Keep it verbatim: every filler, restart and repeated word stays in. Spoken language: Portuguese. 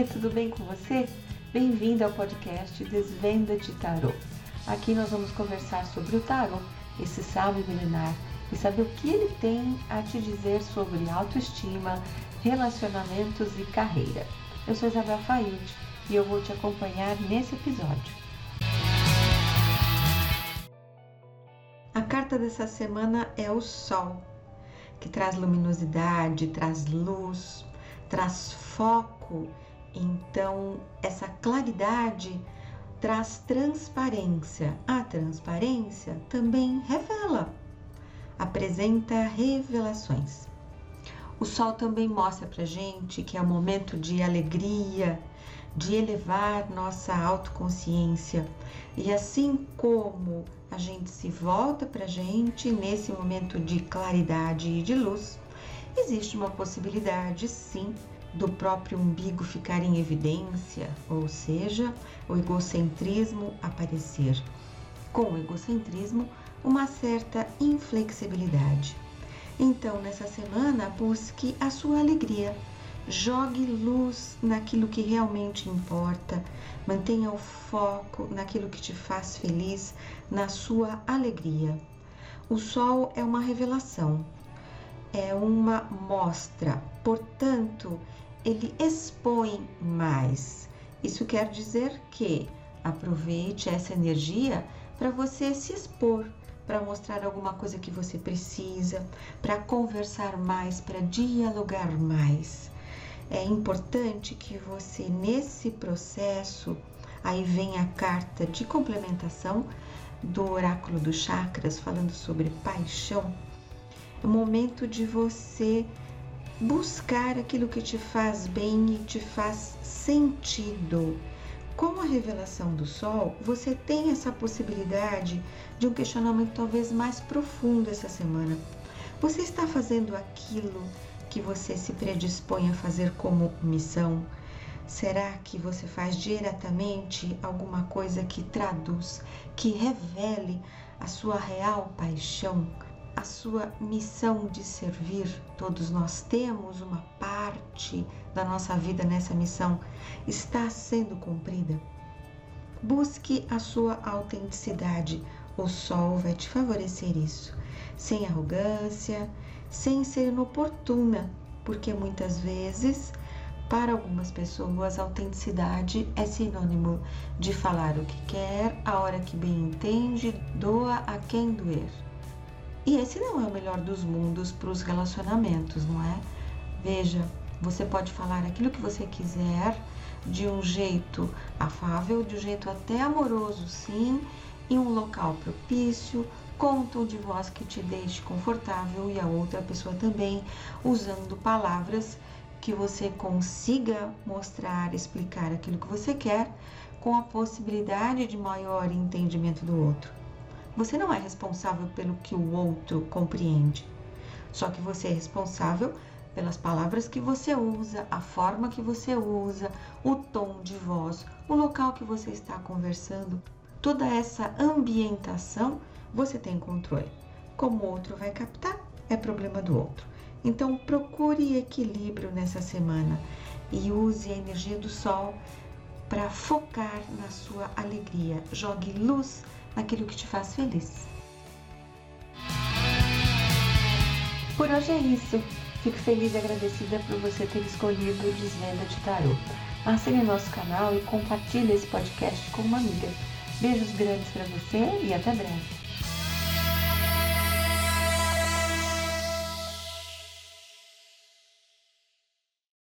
tudo bem com você? Bem-vindo ao podcast Desvenda de Tarô. Aqui nós vamos conversar sobre o tarô, esse sábio milenar, e saber o que ele tem a te dizer sobre autoestima, relacionamentos e carreira. Eu sou Isabel Faiute e eu vou te acompanhar nesse episódio. A carta dessa semana é o Sol, que traz luminosidade, traz luz, traz foco. Então, essa claridade traz transparência. A transparência também revela, apresenta revelações. O Sol também mostra pra gente que é um momento de alegria, de elevar nossa autoconsciência. E assim como a gente se volta pra gente nesse momento de claridade e de luz, existe uma possibilidade, sim, do próprio umbigo ficar em evidência, ou seja, o egocentrismo aparecer. Com o egocentrismo, uma certa inflexibilidade. Então, nessa semana, busque a sua alegria. Jogue luz naquilo que realmente importa. Mantenha o foco naquilo que te faz feliz, na sua alegria. O Sol é uma revelação, é uma mostra, portanto, ele expõe mais. Isso quer dizer que aproveite essa energia para você se expor, para mostrar alguma coisa que você precisa, para conversar mais, para dialogar mais. É importante que você, nesse processo, aí vem a carta de complementação do Oráculo dos Chakras, falando sobre paixão. É o momento de você buscar aquilo que te faz bem e te faz sentido. Com a revelação do Sol, você tem essa possibilidade de um questionamento talvez mais profundo essa semana. Você está fazendo aquilo que você se predispõe a fazer como missão? Será que você faz diretamente alguma coisa que traduz, que revele a sua real paixão? A sua missão de servir? Todos nós temos uma parte da nossa vida nessa missão. Está sendo cumprida? Busque a sua autenticidade. O Sol vai te favorecer isso. Sem arrogância, sem ser inoportuna, porque muitas vezes, para algumas pessoas, a autenticidade é sinônimo de falar o que quer, a hora que bem entende, doa a quem doer. E esse não é o melhor dos mundos para os relacionamentos, não é? Veja, você pode falar aquilo que você quiser de um jeito afável, de um jeito até amoroso, sim, em um local propício, com um tom de voz que te deixe confortável e a outra pessoa também, usando palavras que você consiga mostrar, explicar aquilo que você quer, com a possibilidade de maior entendimento do outro. Você não é responsável pelo que o outro compreende, só que você é responsável pelas palavras que você usa, a forma que você usa, o tom de voz, o local que você está conversando. Toda essa ambientação você tem controle. Como o outro vai captar, é problema do outro. Então procure equilíbrio nessa semana e use a energia do Sol para focar na sua alegria. Jogue luz naquilo que te faz feliz. Por hoje é isso. Fico feliz e agradecida por você ter escolhido o Desvenda de Tarô. Assine nosso canal e compartilhe esse podcast com uma amiga. Beijos grandes para você e até breve.